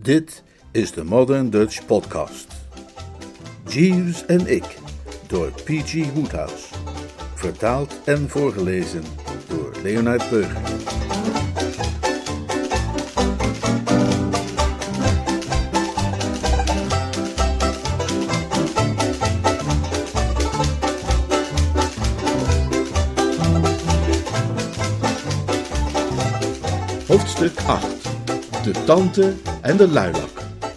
Dit is de Modern Dutch Podcast. Jeeves en ik, door P.G. Wodehouse. Vertaald en voorgelezen door Leonard Beuger. Hoofdstuk 8. De tante en de luilak.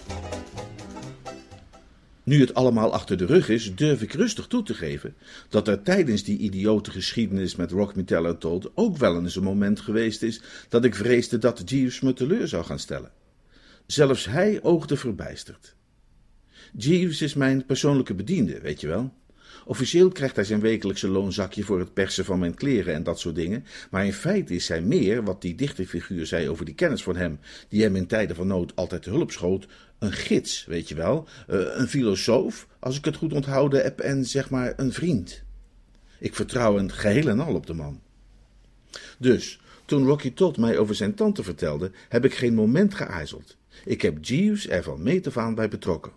Nu het allemaal achter de rug is, durf ik rustig toe te geven dat er tijdens die idiote geschiedenis met Rock Me Tell Told ook wel eens een moment geweest is dat ik vreesde dat Jeeves me teleur zou gaan stellen. Zelfs hij oogde verbijsterd. Jeeves is mijn persoonlijke bediende, weet je wel. Officieel krijgt hij zijn wekelijkse loonzakje voor het persen van mijn kleren en dat soort dingen, maar in feite is hij meer, wat die dichterfiguur zei over die kennis van hem, die hem in tijden van nood altijd te hulp schoot, een gids, weet je wel, een filosoof, als ik het goed onthouden heb, en zeg maar een vriend. Ik vertrouw een geheel en al op de man. Dus, toen Rocky Todd mij over zijn tante vertelde, heb ik geen moment geaarzeld. Ik heb Jeeves er van meet af aan bij betrokken.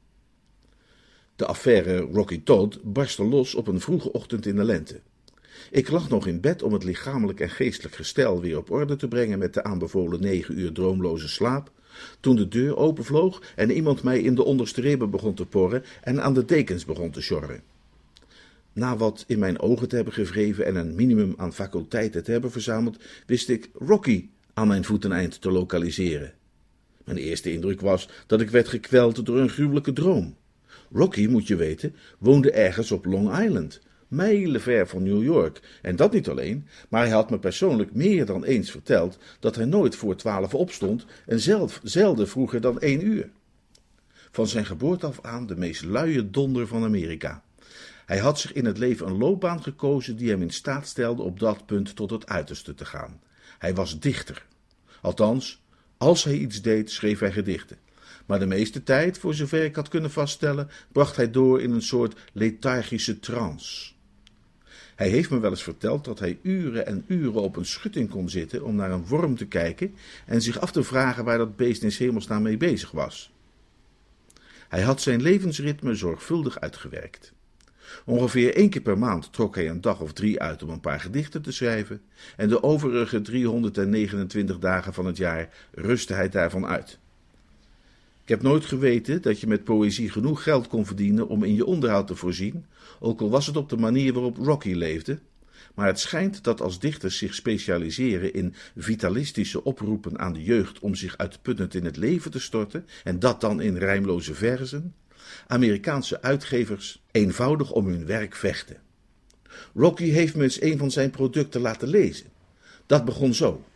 De affaire Rocky Todd barstte los op een vroege ochtend in de lente. Ik lag nog in bed om het lichamelijk en geestelijk gestel weer op orde te brengen met de aanbevolen 9 uur droomloze slaap, toen de deur openvloog en iemand mij in de onderste ribben begon te porren en aan de dekens begon te sjorren. Na wat in mijn ogen te hebben gewreven en een minimum aan faculteiten te hebben verzameld, wist ik Rocky aan mijn voeteneind te lokaliseren. Mijn eerste indruk was dat ik werd gekweld door een gruwelijke droom. Rocky, moet je weten, woonde ergens op Long Island, mijlenver van New York, en dat niet alleen, maar hij had me persoonlijk meer dan eens verteld dat hij nooit voor 12 opstond en zelf zelden vroeger dan 1 uur. Van zijn geboorte af aan de meest luie donder van Amerika. Hij had zich in het leven een loopbaan gekozen die hem in staat stelde op dat punt tot het uiterste te gaan. Hij was dichter. Althans, als hij iets deed, schreef hij gedichten. Maar de meeste tijd, voor zover ik had kunnen vaststellen, bracht hij door in een soort lethargische trance. Hij heeft me wel eens verteld dat hij uren en uren op een schutting kon zitten om naar een worm te kijken en zich af te vragen waar dat beest in 's hemelsnaam mee bezig was. Hij had zijn levensritme zorgvuldig uitgewerkt. Ongeveer 1 keer per maand trok hij een dag of 3 uit om een paar gedichten te schrijven en de overige 329 dagen van het jaar rustte hij daarvan uit. Ik heb nooit geweten dat je met poëzie genoeg geld kon verdienen om in je onderhoud te voorzien, ook al was het op de manier waarop Rocky leefde, maar het schijnt dat als dichters zich specialiseren in vitalistische oproepen aan de jeugd om zich uitputtend in het leven te storten, en dat dan in rijmloze verzen, Amerikaanse uitgevers eenvoudig om hun werk vechten. Rocky heeft me eens een van zijn producten laten lezen. Dat begon zo.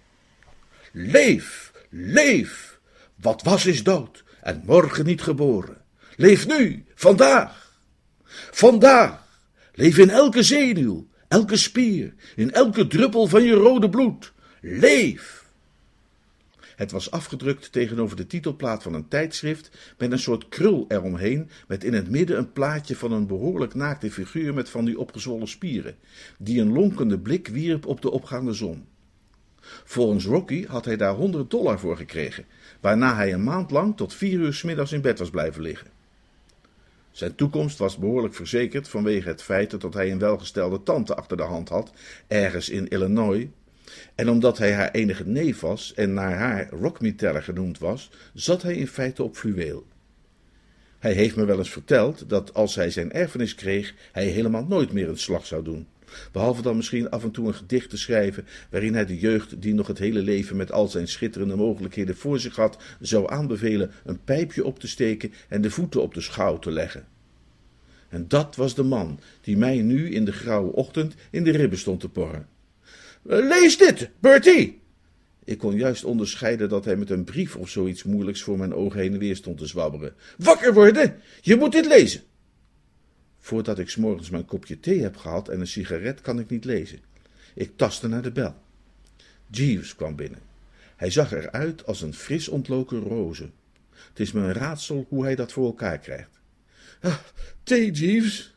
Leef, leef, wat was is dood en morgen niet geboren. Leef nu, vandaag. Vandaag, leef in elke zenuw, elke spier, in elke druppel van je rode bloed. Leef. Het was afgedrukt tegenover de titelplaat van een tijdschrift met een soort krul eromheen, met in het midden een plaatje van een behoorlijk naakte figuur met van die opgezwollen spieren, die een lonkende blik wierp op de opgaande zon. Volgens Rocky had hij daar $100 voor gekregen, waarna hij een maand lang tot 4 uur 's middags in bed was blijven liggen. Zijn toekomst was behoorlijk verzekerd vanwege het feit dat hij een welgestelde tante achter de hand had, ergens in Illinois, en omdat hij haar enige neef was en naar haar Rock Me Teller genoemd was, zat hij in feite op fluweel. Hij heeft me wel eens verteld dat als hij zijn erfenis kreeg, hij helemaal nooit meer een slag zou doen. Behalve dan misschien af en toe een gedicht te schrijven, waarin hij de jeugd, die nog het hele leven met al zijn schitterende mogelijkheden voor zich had, zou aanbevelen een pijpje op te steken en de voeten op de schouw te leggen. En dat was de man die mij nu in de grauwe ochtend in de ribben stond te porren. Lees dit, Bertie! Ik kon juist onderscheiden dat hij met een brief of zoiets moeilijks voor mijn ogen heen en weer stond te zwabberen. Wakker worden! Je moet dit lezen! Voordat ik 's morgens mijn kopje thee heb gehad en een sigaret, kan ik niet lezen. Ik tastte naar de bel. Jeeves kwam binnen. Hij zag eruit als een fris ontloken roze. Het is me een raadsel hoe hij dat voor elkaar krijgt. Thee, Jeeves?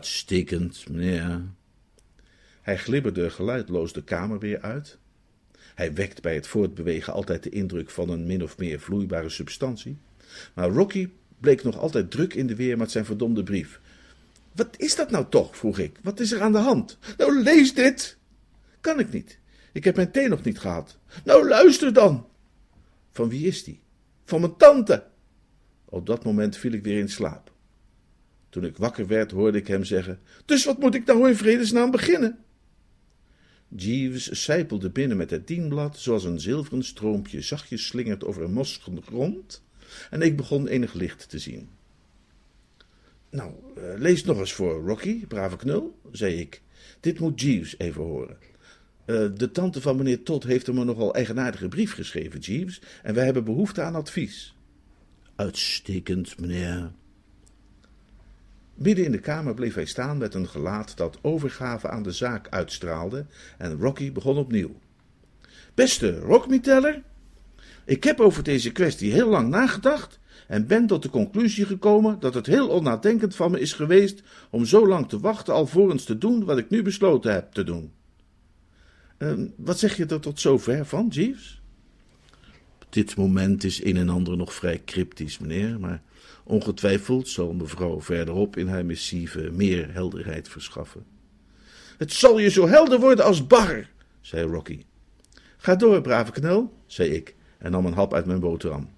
Uitstekend, meneer. Hij glibberde geluidloos de kamer weer uit. Hij wekt bij het voortbewegen altijd de indruk van een min of meer vloeibare substantie. Maar Rocky bleek nog altijd druk in de weer met zijn verdomde brief. Wat is dat nou toch, vroeg ik. Wat is er aan de hand? Nou, lees dit. Kan ik niet. Ik heb mijn thee nog niet gehad. Nou, luister dan. Van wie is die? Van mijn tante. Op dat moment viel ik weer in slaap. Toen ik wakker werd, hoorde ik hem zeggen: Dus wat moet ik nou in vredesnaam beginnen? Jeeves sijpelde binnen met het dienblad, zoals een zilveren stroompje zachtjes slingert over een mossige grond, en ik begon enig licht te zien. Nou, lees nog eens voor, Rocky, brave knul, zei ik. Dit moet Jeeves even horen. De tante van meneer Todd heeft hem een nogal eigenaardige brief geschreven, Jeeves, en wij hebben behoefte aan advies. Uitstekend, meneer. Midden in de kamer bleef hij staan met een gelaat dat overgave aan de zaak uitstraalde, en Rocky begon opnieuw. Beste Rockmieteller, ik heb over deze kwestie heel lang nagedacht en ben tot de conclusie gekomen dat het heel onnadenkend van me is geweest om zo lang te wachten alvorens te doen wat ik nu besloten heb te doen. Wat zeg je er tot zover van, Jeeves? Op dit moment is een en ander nog vrij cryptisch, meneer, maar ongetwijfeld zal mevrouw verderop in haar missieve meer helderheid verschaffen. Het zal je zo helder worden als bagger, zei Rocky. Ga door, brave knul, zei ik en nam een hap uit mijn boterham.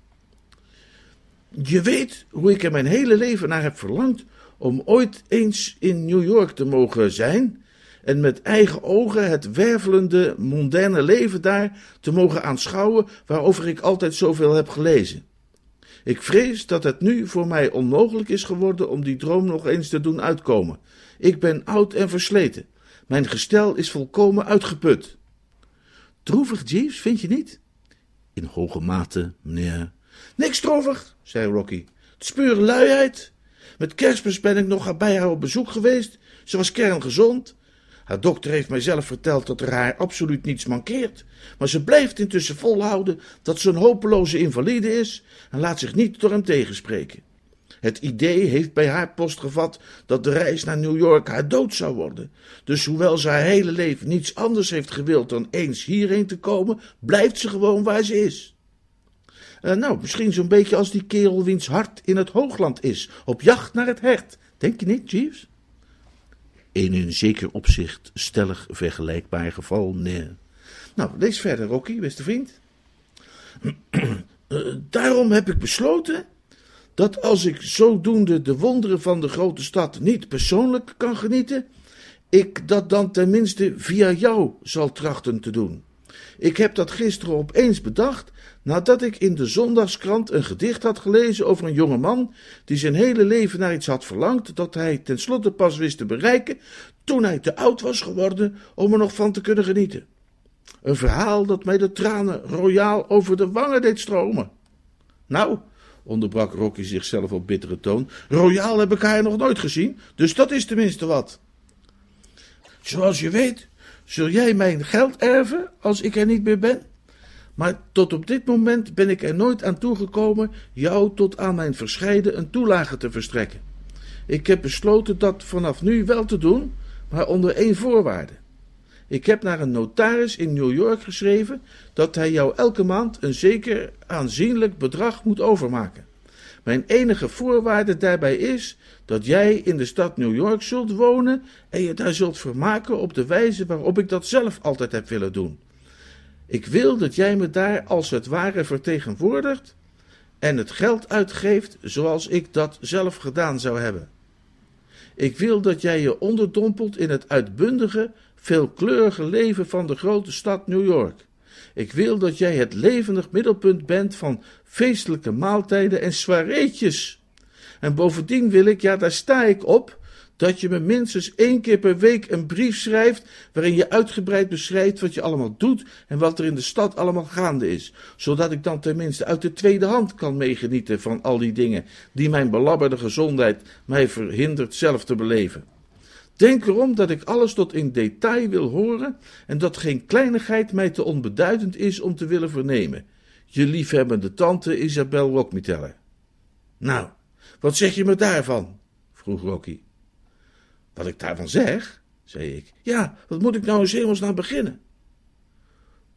Je weet hoe ik er mijn hele leven naar heb verlangd om ooit eens in New York te mogen zijn en met eigen ogen het wervelende, mondaine leven daar te mogen aanschouwen waarover ik altijd zoveel heb gelezen. Ik vrees dat het nu voor mij onmogelijk is geworden om die droom nog eens te doen uitkomen. Ik ben oud en versleten. Mijn gestel is volkomen uitgeput. Droevig, Jeeves, vind je niet? In hoge mate, meneer. Niks droevig, zei Rocky. Het is pure luiheid. Met Kerstmis ben ik nog bij haar op bezoek geweest. Ze was kerngezond. Haar dokter heeft mij zelf verteld dat er haar absoluut niets mankeert, maar ze blijft intussen volhouden dat ze een hopeloze invalide is en laat zich niet door hem tegenspreken. Het idee heeft bij haar post gevat dat de reis naar New York haar dood zou worden. Dus hoewel ze haar hele leven niets anders heeft gewild dan eens hierheen te komen, blijft ze gewoon waar ze is. Misschien zo'n beetje als die kerel wiens hart in het hoogland is, op jacht naar het hert. Denk je niet, Jeeves? In een zeker opzicht stellig vergelijkbaar geval, nee. Nou, lees verder, Rocky, beste vriend. Daarom heb ik besloten dat als ik zodoende de wonderen van de grote stad niet persoonlijk kan genieten, ik dat dan tenminste via jou zal trachten te doen. Ik heb dat gisteren opeens bedacht, nadat ik in de zondagskrant een gedicht had gelezen over een jonge man die zijn hele leven naar iets had verlangd dat hij tenslotte pas wist te bereiken toen hij te oud was geworden om er nog van te kunnen genieten. Een verhaal dat mij de tranen royaal over de wangen deed stromen. Nou, onderbrak Rocky zichzelf op bittere toon, royaal heb ik haar nog nooit gezien, dus dat is tenminste wat. Zoals je weet, zul jij mijn geld erven als ik er niet meer ben? Maar tot op dit moment ben ik er nooit aan toegekomen jou tot aan mijn verscheiden een toelage te verstrekken. Ik heb besloten dat vanaf nu wel te doen, maar onder één voorwaarde. Ik heb naar een notaris in New York geschreven dat hij jou elke maand een zeker aanzienlijk bedrag moet overmaken. Mijn enige voorwaarde daarbij is dat jij in de stad New York zult wonen en je daar zult vermaken op de wijze waarop ik dat zelf altijd heb willen doen. Ik wil dat jij me daar als het ware vertegenwoordigt en het geld uitgeeft zoals ik dat zelf gedaan zou hebben. Ik wil dat jij je onderdompelt in het uitbundige, veelkleurige leven van de grote stad New York. Ik wil dat jij het levendig middelpunt bent van feestelijke maaltijden en soireetjes. En bovendien wil ik, ja daar sta ik op, dat je me minstens 1 keer per week een brief schrijft waarin je uitgebreid beschrijft wat je allemaal doet en wat er in de stad allemaal gaande is, zodat ik dan tenminste uit de tweede hand kan meegenieten van al die dingen die mijn belabberde gezondheid mij verhindert zelf te beleven. Denk erom dat ik alles tot in detail wil horen en dat geen kleinigheid mij te onbeduidend is om te willen vernemen. Je liefhebbende tante Isabel Rockmieteller. Nou, wat zeg je me daarvan? Vroeg Rocky. Wat ik daarvan zeg? Zei ik. Ja, wat moet ik nou eens hemelsnaam beginnen?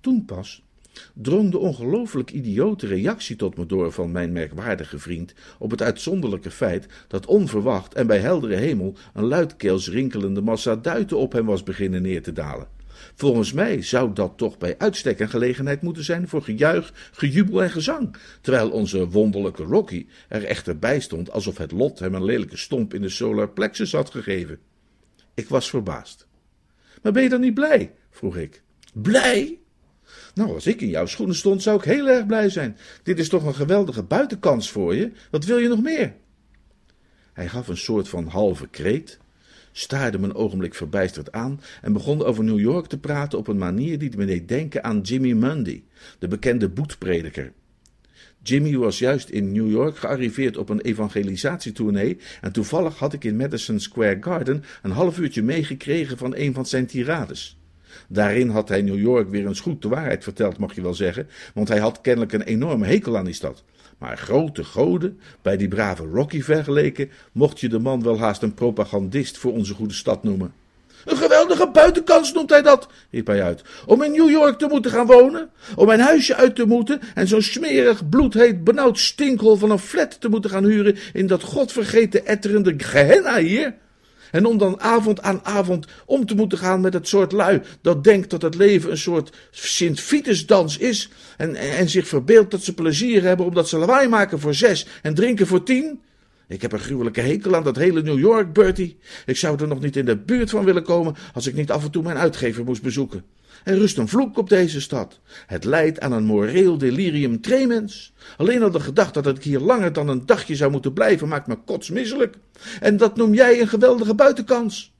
Toen pas drong de ongelooflijk idiote reactie tot me door van mijn merkwaardige vriend op het uitzonderlijke feit dat onverwacht en bij heldere hemel een luidkeels rinkelende massa duiten op hem was beginnen neer te dalen. Volgens mij zou dat toch bij uitstek een gelegenheid moeten zijn voor gejuich, gejubel en gezang, terwijl onze wonderlijke Rocky er echter bij stond alsof het lot hem een lelijke stomp in de solar plexus had gegeven. Ik was verbaasd. Maar ben je dan niet blij? Vroeg ik. Blij? Nou, als ik in jouw schoenen stond, zou ik heel erg blij zijn. Dit is toch een geweldige buitenkans voor je? Wat wil je nog meer? Hij gaf een soort van halve kreet, staarde me een ogenblik verbijsterd aan en begon over New York te praten op een manier die me deed denken aan Jimmy Mundy, de bekende boetprediker. Jimmy was juist in New York gearriveerd op een evangelisatietournee en toevallig had ik in Madison Square Garden een half uurtje meegekregen van een van zijn tirades. Daarin had hij New York weer eens goed de waarheid verteld, mag je wel zeggen, want hij had kennelijk een enorme hekel aan die stad. Maar grote goden, bij die brave Rocky vergeleken, mocht je de man wel haast een propagandist voor onze goede stad noemen. Een geweldige buitenkans noemt hij dat, riep hij uit, om in New York te moeten gaan wonen, om mijn huisje uit te moeten en zo'n smerig, bloedheet, benauwd stinkhol van een flat te moeten gaan huren in dat godvergeten etterende Gehenna hier. En om dan avond aan avond om te moeten gaan met het soort lui dat denkt dat het leven een soort Sint-Vitusdans is en zich verbeeldt dat ze plezier hebben omdat ze lawaai maken voor 6 en drinken voor 10. Ik heb een gruwelijke hekel aan dat hele New York, Bertie. Ik zou er nog niet in de buurt van willen komen als ik niet af en toe mijn uitgever moest bezoeken. Er rust een vloek op deze stad. Het leidt aan een moreel delirium tremens. Alleen al de gedachte dat ik hier langer dan een dagje zou moeten blijven maakt me kotsmisselijk. En dat noem jij een geweldige buitenkans.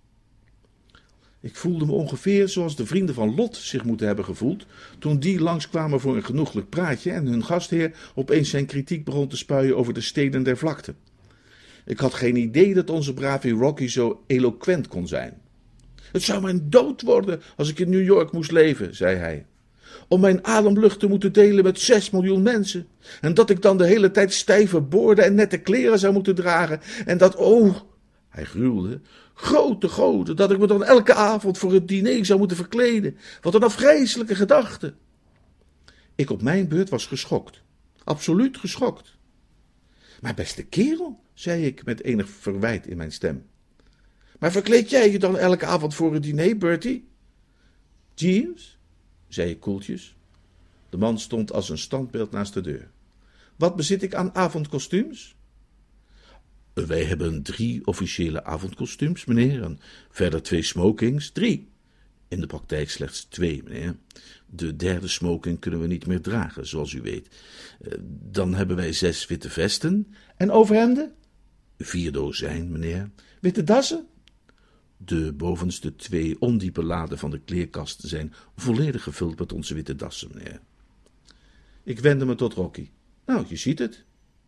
Ik voelde me ongeveer zoals de vrienden van Lot zich moeten hebben gevoeld toen die langskwamen voor een genoeglijk praatje en hun gastheer opeens zijn kritiek begon te spuien over de steden der vlakte. Ik had geen idee dat onze brave Rocky zo eloquent kon zijn. Het zou mijn dood worden als ik in New York moest leven, zei hij. Om mijn ademlucht te moeten delen met 6 miljoen mensen. En dat ik dan de hele tijd stijve boorden en nette kleren zou moeten dragen. En dat, hij gruwelde, grote goden, dat ik me dan elke avond voor het diner zou moeten verkleden. Wat een afgrijselijke gedachte. Ik op mijn beurt was geschokt. Absoluut geschokt. Maar beste kerel, zei ik met enig verwijt in mijn stem. Maar verkleed jij je dan elke avond voor het diner, Bertie? Jeeves, zei ik koeltjes. De man stond als een standbeeld naast de deur. Wat bezit ik aan avondkostuums? Wij hebben 3 officiële avondkostuums, meneer, en verder 2 smokings, 3. In de praktijk slechts 2, meneer. De 3e smoking kunnen we niet meer dragen, zoals u weet. Dan hebben wij 6 witte vesten. En overhemden? 4 dozijn, meneer. Witte dassen? De bovenste 2 ondiepe laden van de kleerkast zijn volledig gevuld met onze witte dassen, meneer. Ik wendde me tot Rocky. Nou, je ziet het.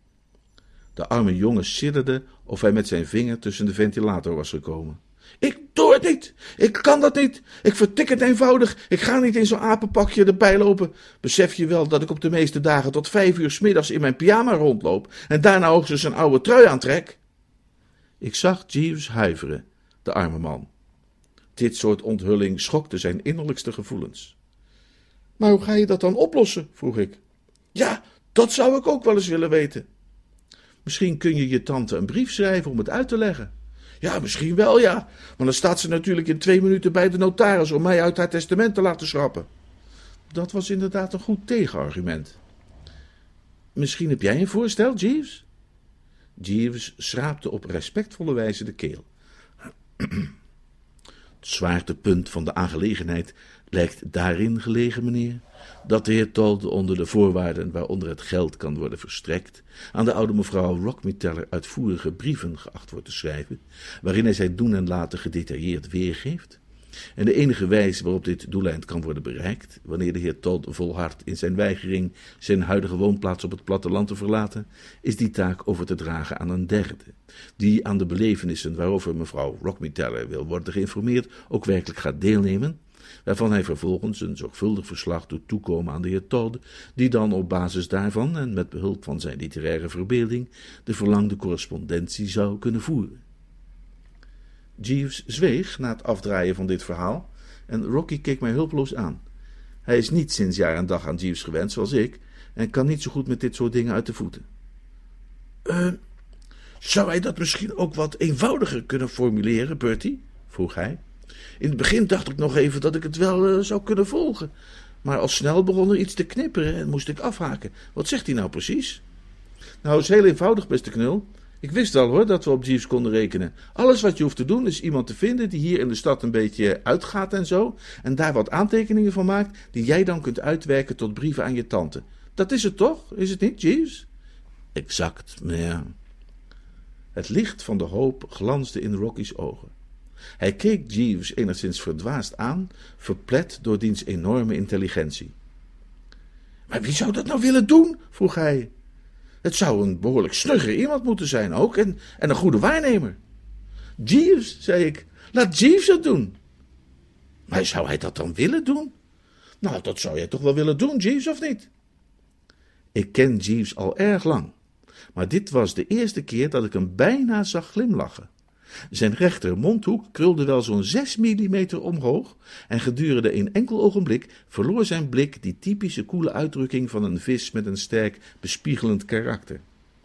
De arme jongen sidderde of hij met zijn vinger tussen de ventilator was gekomen. Ik doe het niet. Ik kan dat niet. Ik vertik het eenvoudig. Ik ga niet in zo'n apenpakje erbij lopen. Besef je wel dat ik op de meeste dagen tot 5 uur 's middags in mijn pyjama rondloop en daarna hoogstens een oude trui aantrek? Ik zag Jeeves huiveren, de arme man. Dit soort onthulling schokte zijn innerlijkste gevoelens. Maar hoe ga je dat dan oplossen? Vroeg ik. Ja, dat zou ik ook wel eens willen weten. Misschien kun je je tante een brief schrijven om het uit te leggen. Ja, misschien wel, ja. Maar dan staat ze natuurlijk in 2 minuten bij de notaris om mij uit haar testament te laten schrappen. Dat was inderdaad een goed tegenargument. Misschien heb jij een voorstel, Jeeves? Jeeves schraapte op respectvolle wijze de keel. Het zwaartepunt van de aangelegenheid lijkt daarin gelegen, meneer, dat de heer Todd onder de voorwaarden waaronder het geld kan worden verstrekt, aan de oude mevrouw Rockmiteller uitvoerige brieven geacht wordt te schrijven, waarin hij zijn doen en laten gedetailleerd weergeeft. En de enige wijze waarop dit doeleind kan worden bereikt, wanneer de heer Todd volhardt in zijn weigering zijn huidige woonplaats op het platteland te verlaten, is die taak over te dragen aan een derde, die aan de belevenissen waarover mevrouw Rockmiteller wil worden geïnformeerd ook werkelijk gaat deelnemen, waarvan hij vervolgens een zorgvuldig verslag doet toekomen aan de heer Todd, die dan op basis daarvan en met behulp van zijn literaire verbeelding de verlangde correspondentie zou kunnen voeren. Jeeves zweeg na het afdraaien van dit verhaal en Rocky keek mij hulpeloos aan. Hij is niet sinds jaar en dag aan Jeeves gewend, zoals ik, en kan niet zo goed met dit soort dingen uit de voeten. Zou hij dat misschien ook wat eenvoudiger kunnen formuleren, Bertie? Vroeg hij. In het begin dacht ik nog even dat ik het wel zou kunnen volgen. Maar al snel begon er iets te knipperen en moest ik afhaken. Wat zegt hij nou precies? Nou, is heel eenvoudig, beste knul. Ik wist al hoor dat we op Jeeves konden rekenen. Alles wat je hoeft te doen is iemand te vinden die hier in de stad een beetje uitgaat en zo. En daar wat aantekeningen van maakt die jij dan kunt uitwerken tot brieven aan je tante. Dat is het toch? Is het niet, Jeeves? Exact, meneer. Het licht van de hoop glansde in Rocky's ogen. Hij keek Jeeves enigszins verdwaasd aan, verplet door diens enorme intelligentie. Maar wie zou dat nou willen doen? Vroeg hij. Het zou een behoorlijk snugger iemand moeten zijn ook, en een goede waarnemer. Jeeves, zei ik, laat Jeeves het doen. Maar zou hij dat dan willen doen? Nou, dat zou jij toch wel willen doen, Jeeves, of niet? Ik ken Jeeves al erg lang, maar dit was de eerste keer dat ik hem bijna zag glimlachen. Zijn rechter mondhoek krulde wel zo'n 6 millimeter omhoog en gedurende een enkel ogenblik verloor zijn blik die typische koele uitdrukking van een vis met een sterk bespiegelend karakter.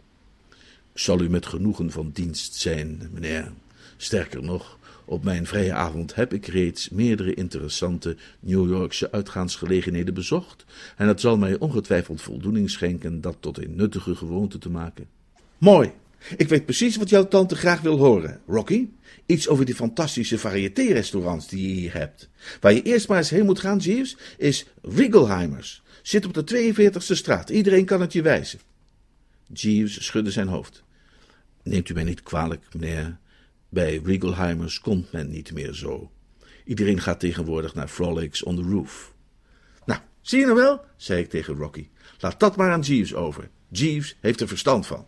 Ik zal u met genoegen van dienst zijn, meneer. Sterker nog, op mijn vrije avond heb ik reeds meerdere interessante New Yorkse uitgaansgelegenheden bezocht en het zal mij ongetwijfeld voldoening schenken dat tot een nuttige gewoonte te maken. Mooi! Ik weet precies wat jouw tante graag wil horen, Rocky. Iets over die fantastische variété-restaurants die je hier hebt. Waar je eerst maar eens heen moet gaan, Jeeves, is Regalheimers. Zit op de 42e straat. Iedereen kan het je wijzen. Jeeves schudde zijn hoofd. Neemt u mij niet kwalijk, meneer. Bij Regalheimers komt men niet meer zo. Iedereen gaat tegenwoordig naar Frolics on the Roof. Nou, zie je nou wel, zei ik tegen Rocky. Laat dat maar aan Jeeves over. Jeeves heeft er verstand van.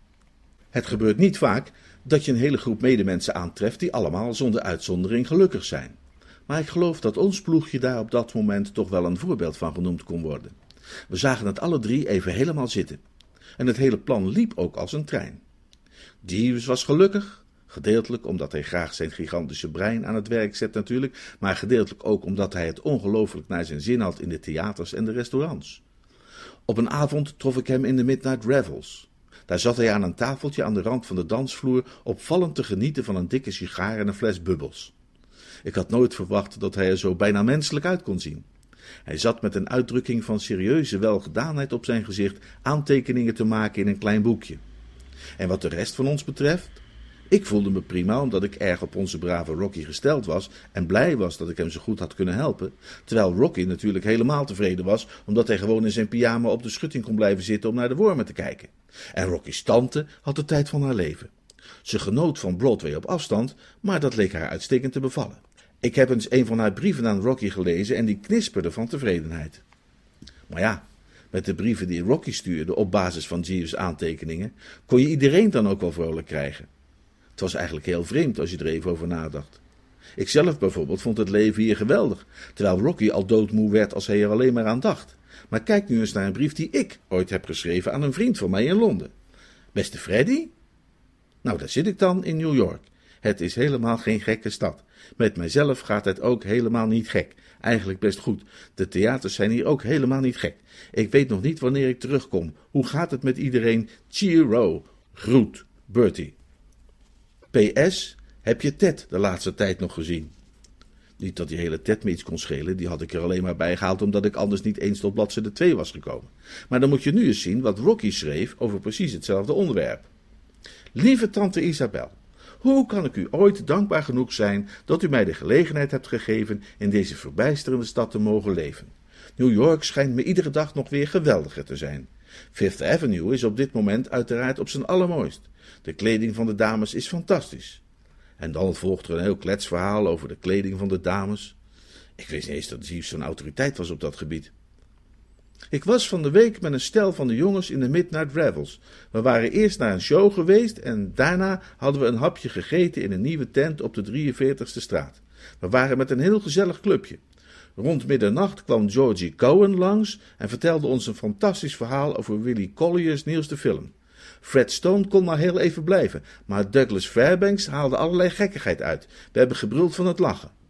Het gebeurt niet vaak dat je een hele groep medemensen aantreft die allemaal zonder uitzondering gelukkig zijn. Maar ik geloof dat ons ploegje daar op dat moment toch wel een voorbeeld van genoemd kon worden. We zagen het alle drie even helemaal zitten. En het hele plan liep ook als een trein. Jeeves was gelukkig, gedeeltelijk omdat hij graag zijn gigantische brein aan het werk zet natuurlijk, maar gedeeltelijk ook omdat hij het ongelooflijk naar zijn zin had in de theaters en de restaurants. Op een avond trof ik hem in de Midnight Revels. Daar zat hij aan een tafeltje aan de rand van de dansvloer opvallend te genieten van een dikke sigaar en een fles bubbels. Ik had nooit verwacht dat hij er zo bijna menselijk uit kon zien. Hij zat met een uitdrukking van serieuze welgedaanheid op zijn gezicht aantekeningen te maken in een klein boekje. En wat de rest van ons betreft, ik voelde me prima omdat ik erg op onze brave Rocky gesteld was en blij was dat ik hem zo goed had kunnen helpen, terwijl Rocky natuurlijk helemaal tevreden was omdat hij gewoon in zijn pyjama op de schutting kon blijven zitten om naar de wormen te kijken. En Rocky's tante had de tijd van haar leven. Ze genoot van Broadway op afstand, maar dat leek haar uitstekend te bevallen. Ik heb eens een van haar brieven aan Rocky gelezen en die knisperde van tevredenheid. Maar ja, met de brieven die Rocky stuurde op basis van Jeeves' aantekeningen, kon je iedereen dan ook wel vrolijk krijgen. Het was eigenlijk heel vreemd als je er even over nadacht. Ikzelf bijvoorbeeld vond het leven hier geweldig, terwijl Rocky al doodmoe werd als hij er alleen maar aan dacht. Maar kijk nu eens naar een brief die ik ooit heb geschreven aan een vriend van mij in Londen. Beste Freddy? Nou, daar zit ik dan in New York. Het is helemaal geen gekke stad. Met mijzelf gaat het ook helemaal niet gek. Eigenlijk best goed. De theaters zijn hier ook helemaal niet gek. Ik weet nog niet wanneer ik terugkom. Hoe gaat het met iedereen? Cheero. Groet, Bertie. PS, heb je Ted de laatste tijd nog gezien? Niet dat die hele Ted me iets kon schelen, die had ik er alleen maar bij gehaald omdat ik anders niet eens tot bladzijde 2 was gekomen. Maar dan moet je nu eens zien wat Rocky schreef over precies hetzelfde onderwerp. Lieve tante Isabel, hoe kan ik u ooit dankbaar genoeg zijn dat u mij de gelegenheid hebt gegeven in deze verbijsterende stad te mogen leven. New York schijnt me iedere dag nog weer geweldiger te zijn. Fifth Avenue is op dit moment uiteraard op zijn allermooist. De kleding van de dames is fantastisch. En dan volgt er een heel kletsverhaal over de kleding van de dames. Ik wist niet eens dat Jeeves zo'n autoriteit was op dat gebied. Ik was van de week met een stel van de jongens in de Midnight Revels. We waren eerst naar een show geweest en daarna hadden we een hapje gegeten in een nieuwe tent op de 43e straat. We waren met een heel gezellig clubje. Rond middernacht kwam Georgie Cohen langs en vertelde ons een fantastisch verhaal over Willie Collier's nieuwste film. Fred Stone kon maar heel even blijven, maar Douglas Fairbanks haalde allerlei gekkigheid uit. We hebben gebruld van het lachen.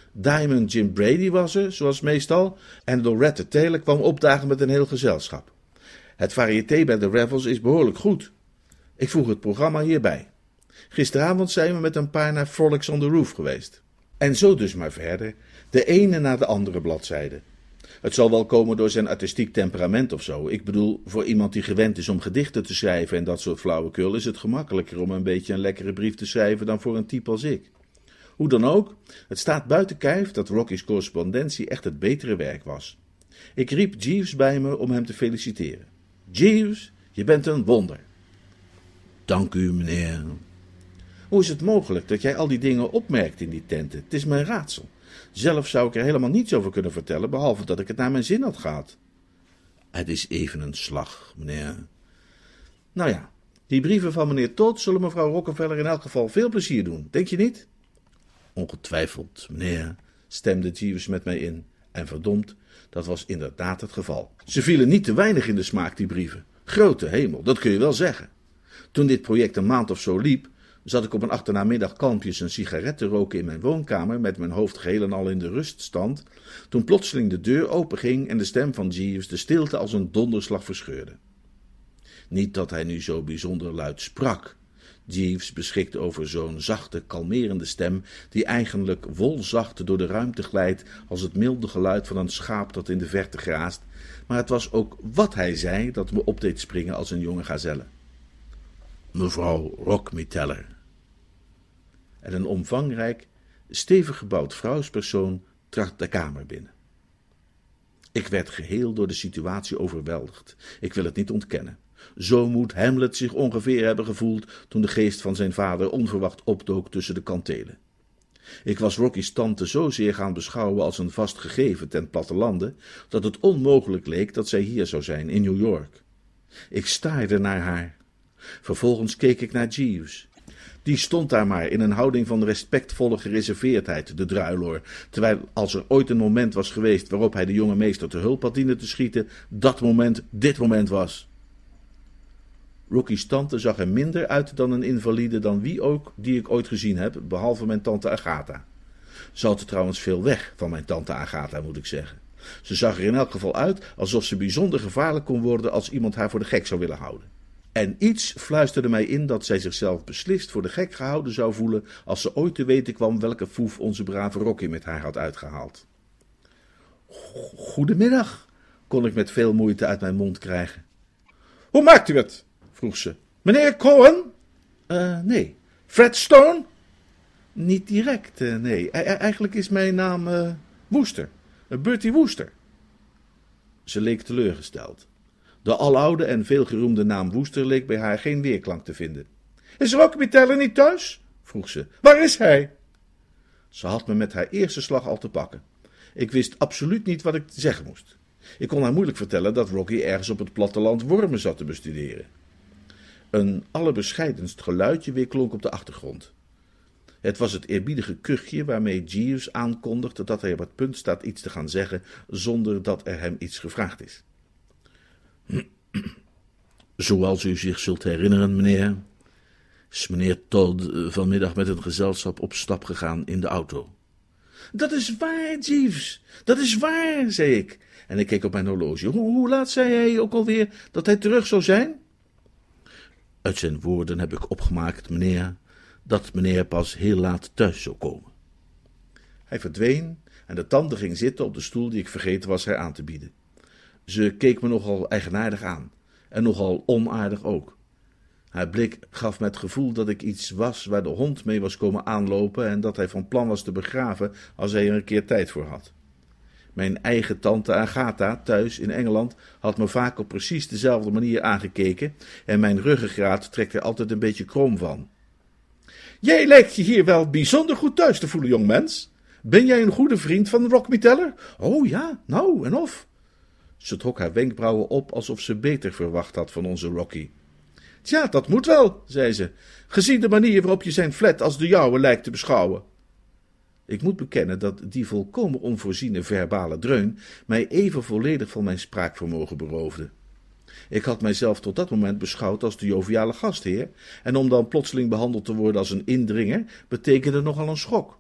Diamond Jim Brady was er, zoals meestal, en Loretta Taylor kwam opdagen met een heel gezelschap. Het variété bij de Revels is behoorlijk goed. Ik voeg het programma hierbij. Gisteravond zijn we met een paar naar Frolics on the Roof geweest. En zo dus maar verder, de ene na de andere bladzijde. Het zal wel komen door zijn artistiek temperament of zo. Ik bedoel, voor iemand die gewend is om gedichten te schrijven en dat soort flauwekul is het gemakkelijker om een beetje een lekkere brief te schrijven dan voor een type als ik. Hoe dan ook, het staat buiten kijf dat Rocky's correspondentie echt het betere werk was. Ik riep Jeeves bij me om hem te feliciteren. Jeeves, je bent een wonder. Dank u, meneer. Hoe is het mogelijk dat jij al die dingen opmerkt in die tenten? Het is mijn raadsel. Zelf zou ik er helemaal niets over kunnen vertellen, behalve dat ik het naar mijn zin had gehad. Het is even een slag, meneer. Nou ja, die brieven van meneer Todd zullen mevrouw Rockefeller in elk geval veel plezier doen, denk je niet? Ongetwijfeld, meneer, stemde Jeeves met mij in. En verdomd, dat was inderdaad het geval. Ze vielen niet te weinig in de smaak, die brieven. Grote hemel, dat kun je wel zeggen. Toen dit project een maand of zo liep, zat ik op een achternamiddag kalmpjes een sigaret te roken in mijn woonkamer met mijn hoofd geheel en al in de ruststand, toen plotseling de deur openging en de stem van Jeeves de stilte als een donderslag verscheurde. Niet dat hij nu zo bijzonder luid sprak. Jeeves beschikte over zo'n zachte, kalmerende stem, die eigenlijk wolzacht door de ruimte glijdt als het milde geluid van een schaap dat in de verte graast, maar het was ook wat hij zei dat me op deed springen als een jonge gazelle. Mevrouw Rockmiteller. En een omvangrijk, stevig gebouwd vrouwspersoon trad de kamer binnen. Ik werd geheel door de situatie overweldigd. Ik wil het niet ontkennen. Zo moet Hamlet zich ongeveer hebben gevoeld toen de geest van zijn vader onverwacht opdook tussen de kantelen. Ik was Rocky's tante zozeer gaan beschouwen als een vast gegeven ten plattelande, dat het onmogelijk leek dat zij hier zou zijn, in New York. Ik staarde naar haar. Vervolgens keek ik naar Jeeves. Die stond daar maar in een houding van respectvolle gereserveerdheid, de druiloor, terwijl als er ooit een moment was geweest waarop hij de jonge meester te hulp had dienen te schieten, dat moment dit moment was. Rocky's tante zag er minder uit dan een invalide dan wie ook die ik ooit gezien heb, behalve mijn tante Agatha. Ze had er trouwens veel weg van mijn tante Agatha, moet ik zeggen. Ze zag er in elk geval uit alsof ze bijzonder gevaarlijk kon worden als iemand haar voor de gek zou willen houden. En iets fluisterde mij in dat zij zichzelf beslist voor de gek gehouden zou voelen als ze ooit te weten kwam welke foef onze brave Rocky met haar had uitgehaald. Goedemiddag, kon ik met veel moeite uit mijn mond krijgen. Hoe maakt u het? Vroeg ze. Meneer Cohen? Nee. Fred Stone? Niet direct, nee. Eigenlijk is mijn naam Wooster. Bertie Wooster. Ze leek teleurgesteld. De aloude en veelgeroemde naam Wooster leek bij haar geen weerklank te vinden. Is Rockmiteller niet thuis? Vroeg ze. Waar is hij? Ze had me met haar eerste slag al te pakken. Ik wist absoluut niet wat ik zeggen moest. Ik kon haar moeilijk vertellen dat Rocky ergens op het platteland wormen zat te bestuderen. Een allerbescheidenst geluidje weerklonk op de achtergrond. Het was het eerbiedige kuchje waarmee Jeeves aankondigde dat hij op het punt staat iets te gaan zeggen zonder dat er hem iets gevraagd is. Zoals u zich zult herinneren, meneer, is meneer Todd vanmiddag met een gezelschap op stap gegaan in de auto. Dat is waar, Jeeves, dat is waar, zei ik. En ik keek op mijn horloge. Hoe laat zei hij ook alweer dat hij terug zou zijn? Uit zijn woorden heb ik opgemaakt, meneer, dat meneer pas heel laat thuis zou komen. Hij verdween en de tante ging zitten op de stoel die ik vergeten was haar aan te bieden. Ze keek me nogal eigenaardig aan en nogal onaardig ook. Haar blik gaf me het gevoel dat ik iets was waar de hond mee was komen aanlopen en dat hij van plan was te begraven als hij er een keer tijd voor had. Mijn eigen tante Agatha, thuis in Engeland, had me vaak op precies dezelfde manier aangekeken en mijn ruggengraat trekt er altijd een beetje krom van. Jij lijkt je hier wel bijzonder goed thuis te voelen, jongmens. Ben jij een goede vriend van Rockmiteller? Oh ja, nou en of. Ze trok haar wenkbrauwen op alsof ze beter verwacht had van onze Rocky. Tja, dat moet wel, zei ze, gezien de manier waarop je zijn flat als de jouwe lijkt te beschouwen. Ik moet bekennen dat die volkomen onvoorziene verbale dreun mij even volledig van mijn spraakvermogen beroofde. Ik had mijzelf tot dat moment beschouwd als de joviale gastheer, en om dan plotseling behandeld te worden als een indringer, betekende nogal een schok.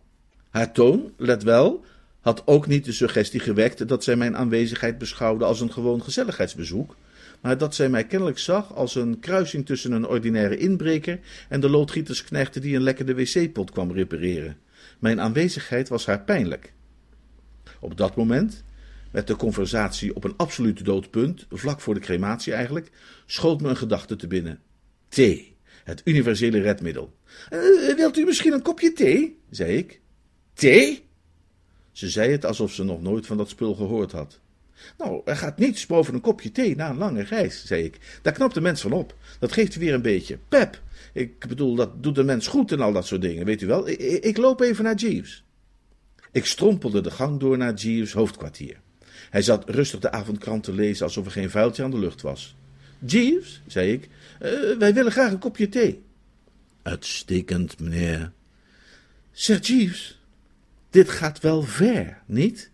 Haar toon, let wel, had ook niet de suggestie gewekt dat zij mijn aanwezigheid beschouwde als een gewoon gezelligheidsbezoek, maar dat zij mij kennelijk zag als een kruising tussen een ordinaire inbreker en de loodgietersknecht die een lekkende wc-pot kwam repareren. Mijn aanwezigheid was haar pijnlijk. Op dat moment, met de conversatie op een absoluut doodpunt, vlak voor de crematie eigenlijk, schoot me een gedachte te binnen. Thee, het universele redmiddel. Wilt u misschien een kopje thee? Zei ik. Thee? Ze zei het alsof ze nog nooit van dat spul gehoord had. Nou, er gaat niets boven een kopje thee na een lange reis, zei ik. Daar knapt de mens van op. Dat geeft u weer een beetje pep. Ik bedoel, dat doet de mens goed en al dat soort dingen, weet u wel. Ik loop even naar Jeeves. Ik strompelde de gang door naar Jeeves' hoofdkwartier. Hij zat rustig de avondkrant te lezen alsof er geen vuiltje aan de lucht was. Jeeves, zei ik, wij willen graag een kopje thee. Uitstekend, meneer. Sir Jeeves, dit gaat wel ver, niet?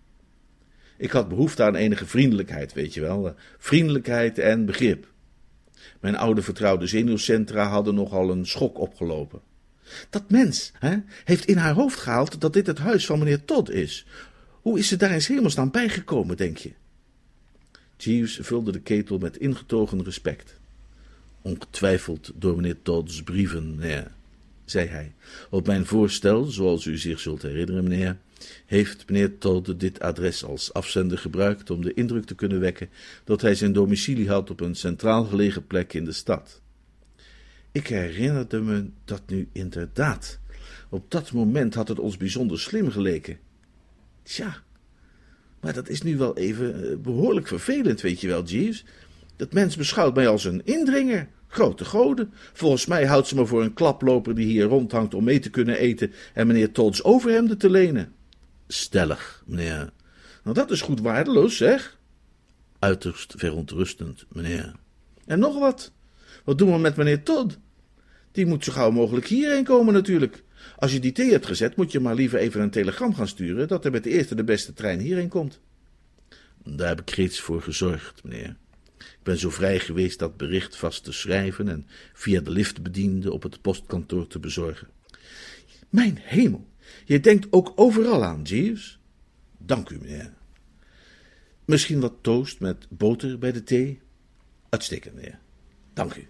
Ik had behoefte aan enige vriendelijkheid, weet je wel. Vriendelijkheid en begrip. Mijn oude vertrouwde zenuwcentra hadden nogal een schok opgelopen. Dat mens heeft in haar hoofd gehaald dat dit het huis van meneer Todd is. Hoe is ze daar in hemelsnaam bijgekomen, denk je? Jeeves vulde de ketel met ingetogen respect. Ongetwijfeld door meneer Todds brieven, meneer, zei hij. Op mijn voorstel, zoals u zich zult herinneren, meneer, heeft meneer Todd dit adres als afzender gebruikt om de indruk te kunnen wekken dat hij zijn domicilie had op een centraal gelegen plek in de stad. Ik herinnerde me dat nu inderdaad. Op dat moment had het ons bijzonder slim geleken. Tja, maar dat is nu wel even behoorlijk vervelend, weet je wel, Jeeves. Dat mens beschouwt mij als een indringer. Grote goden. Volgens mij houdt ze me voor een klaploper die hier rondhangt om mee te kunnen eten en meneer Todds overhemden te lenen. Stellig, meneer. Nou, dat is goed waardeloos, zeg. Uiterst verontrustend, meneer. En nog wat. Wat doen we met meneer Todd? Die moet zo gauw mogelijk hierheen komen natuurlijk. Als je die thee hebt gezet, moet je maar liever even een telegram gaan sturen dat er met de eerste de beste trein hierheen komt. Daar heb ik reeds voor gezorgd, meneer. Ik ben zo vrij geweest dat bericht vast te schrijven en via de liftbediende op het postkantoor te bezorgen. Mijn hemel, je denkt ook overal aan, Jeeves. Dank u, meneer. Misschien wat toast met boter bij de thee? Uitstekend, meneer. Dank u.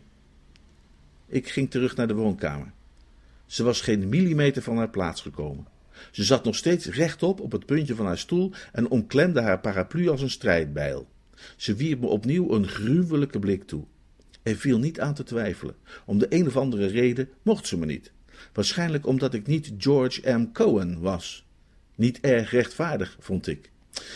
Ik ging terug naar de woonkamer. Ze was geen millimeter van haar plaats gekomen. Ze zat nog steeds rechtop op het puntje van haar stoel en omklemde haar paraplu als een strijdbijl. Ze wierp me opnieuw een gruwelijke blik toe. Er viel niet aan te twijfelen. Om de een of andere reden mocht ze me niet. Waarschijnlijk omdat ik niet George M. Cohen was. Niet erg rechtvaardig, vond ik.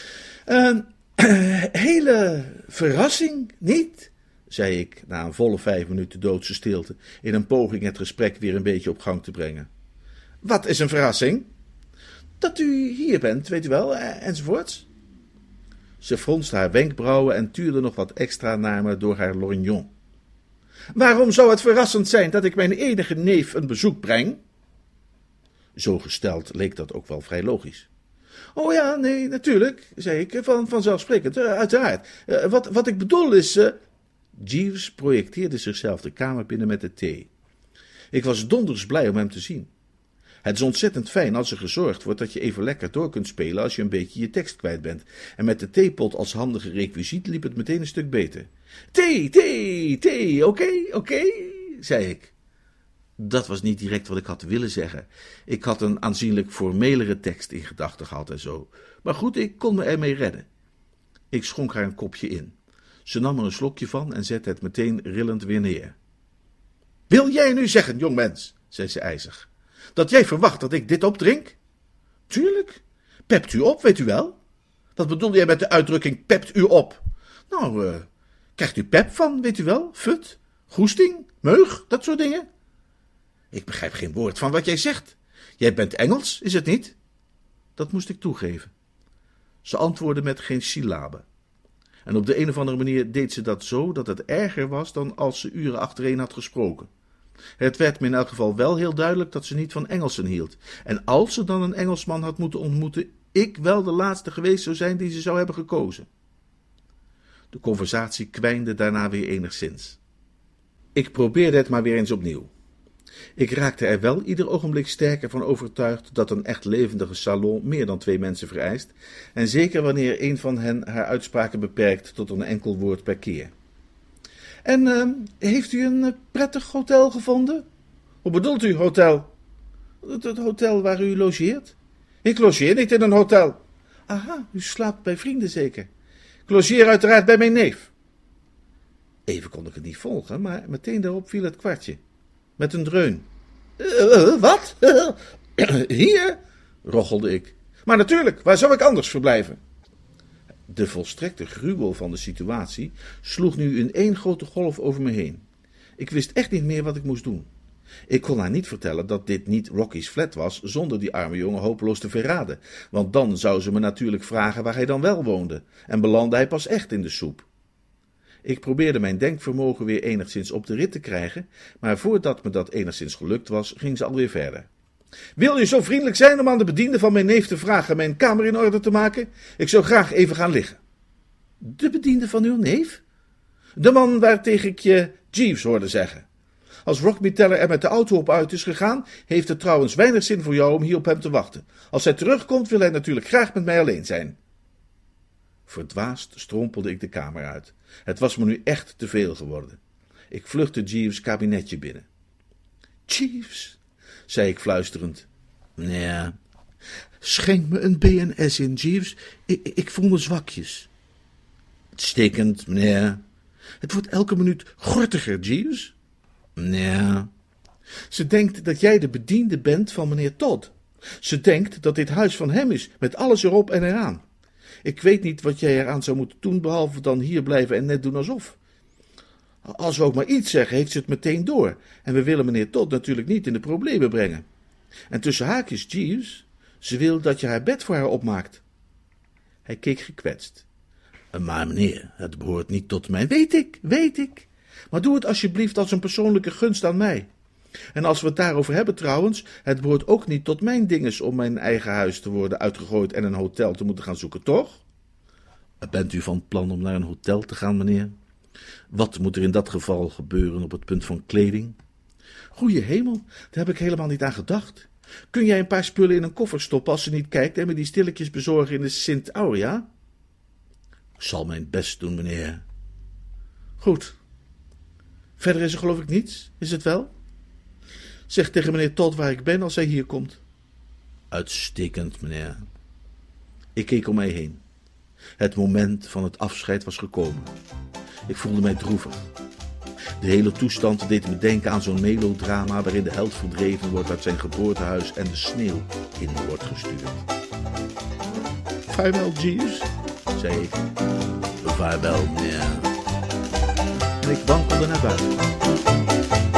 Hele verrassing, niet? Zei ik na een volle 5 minuten doodse stilte, in een poging het gesprek weer een beetje op gang te brengen. Wat is een verrassing? Dat u hier bent, weet u wel, enzovoorts. Ze fronste haar wenkbrauwen en tuurde nog wat extra naar me door haar lorgnon. Waarom zou het verrassend zijn dat ik mijn enige neef een bezoek breng? Zo gesteld leek dat ook wel vrij logisch. Oh ja, nee, natuurlijk, zei ik, vanzelfsprekend, uiteraard. Wat ik bedoel is... Jeeves projecteerde zichzelf de kamer binnen met de thee. Ik was donders blij om hem te zien. Het is ontzettend fijn als er gezorgd wordt dat je even lekker door kunt spelen als je een beetje je tekst kwijt bent. En met de theepot als handige requisiet liep het meteen een stuk beter. Thee, oké, zei ik. Dat was niet direct wat ik had willen zeggen. Ik had een aanzienlijk formelere tekst in gedachten gehad en zo. Maar goed, ik kon me ermee redden. Ik schonk haar een kopje in. Ze nam er een slokje van en zette het meteen rillend weer neer. Wil jij nu zeggen, jongmens, zei ze ijzig, dat jij verwacht dat ik dit opdrink? Tuurlijk. Pept u op, weet u wel? Wat bedoel jij met de uitdrukking pept u op? Nou, krijgt u pep van, weet u wel? Fut, goesting, meug, dat soort dingen. Ik begrijp geen woord van wat jij zegt. Jij bent Engels, is het niet? Dat moest ik toegeven. Ze antwoordde met geen syllabe. En op de een of andere manier deed ze dat zo dat het erger was dan als ze uren achtereen had gesproken. Het werd me in elk geval wel heel duidelijk dat ze niet van Engelsen hield. En als ze dan een Engelsman had moeten ontmoeten, ik wel de laatste geweest zou zijn die ze zou hebben gekozen. De conversatie kwijnde daarna weer enigszins. Ik probeerde het maar weer eens opnieuw. Ik raakte er wel ieder ogenblik sterker van overtuigd dat een echt levendige salon meer dan 2 mensen vereist, en zeker wanneer een van hen haar uitspraken beperkt tot een enkel woord per keer. En heeft u een prettig hotel gevonden? Hoe bedoelt u hotel? Het hotel waar u logeert? Ik logeer niet in een hotel. Aha, u slaapt bij vrienden zeker. Ik logeer uiteraard bij mijn neef. Even kon ik het niet volgen, maar meteen daarop viel het kwartje. Met een dreun. Wat? Hier? Rochelde ik. Maar natuurlijk, waar zou ik anders verblijven? De volstrekte gruwel van de situatie sloeg nu in 1 grote golf over me heen. Ik wist echt niet meer wat ik moest doen. Ik kon haar niet vertellen dat dit niet Rocky's flat was, zonder die arme jongen hopeloos te verraden, want dan zou ze me natuurlijk vragen waar hij dan wel woonde, en belandde hij pas echt in de soep. Ik probeerde mijn denkvermogen weer enigszins op de rit te krijgen, maar voordat me dat enigszins gelukt was, ging ze alweer verder. Wil u zo vriendelijk zijn om aan de bediende van mijn neef te vragen mijn kamer in orde te maken? Ik zou graag even gaan liggen. De bediende van uw neef? De man waartegen ik je Jeeves hoorde zeggen. Als Rockme Teller er met de auto op uit is gegaan, heeft het trouwens weinig zin voor jou om hier op hem te wachten. Als hij terugkomt, wil hij natuurlijk graag met mij alleen zijn. Verdwaasd strompelde ik de kamer uit. Het was me nu echt te veel geworden. Ik vluchtte Jeeves' kabinetje binnen. Jeeves, zei ik fluisterend. Ja, schenk me een BNS in, Jeeves. Ik voel me zwakjes. Uitstekend, meneer. Het wordt elke minuut gortiger, Jeeves. Ja. Ze denkt dat jij de bediende bent van meneer Todd. Ze denkt dat dit huis van hem is, met alles erop en eraan. Ik weet niet wat jij eraan zou moeten doen, behalve dan hier blijven en net doen alsof. Als we ook maar iets zeggen, heeft ze het meteen door. En we willen meneer Todd natuurlijk niet in de problemen brengen. En tussen haakjes, Jeeves, ze wil dat je haar bed voor haar opmaakt. Hij keek gekwetst. Maar meneer, het behoort niet tot mij. Weet ik. Maar doe het alsjeblieft als een persoonlijke gunst aan mij. En als we het daarover hebben trouwens, het behoort ook niet tot mijn dinges om mijn eigen huis te worden uitgegooid en een hotel te moeten gaan zoeken, toch? Bent u van plan om naar een hotel te gaan, meneer? Wat moet er in dat geval gebeuren op het punt van kleding? Goeie hemel, daar heb ik helemaal niet aan gedacht. Kun jij een paar spullen in een koffer stoppen als ze niet kijkt en me die stilletjes bezorgen in de Sint Aurea? Ik zal mijn best doen, meneer. Goed. Verder is er geloof ik niets, is het wel? Zeg tegen meneer Todd waar ik ben als hij hier komt. Uitstekend, meneer. Ik keek om mij heen. Het moment van het afscheid was gekomen. Ik voelde mij droevig. De hele toestand deed me denken aan zo'n melodrama waarin de held verdreven wordt uit zijn geboortehuis en de sneeuw in wordt gestuurd. Vaarwel, Jeeves, zei ik. Vaarwel, meneer. En ik wankelde naar buiten.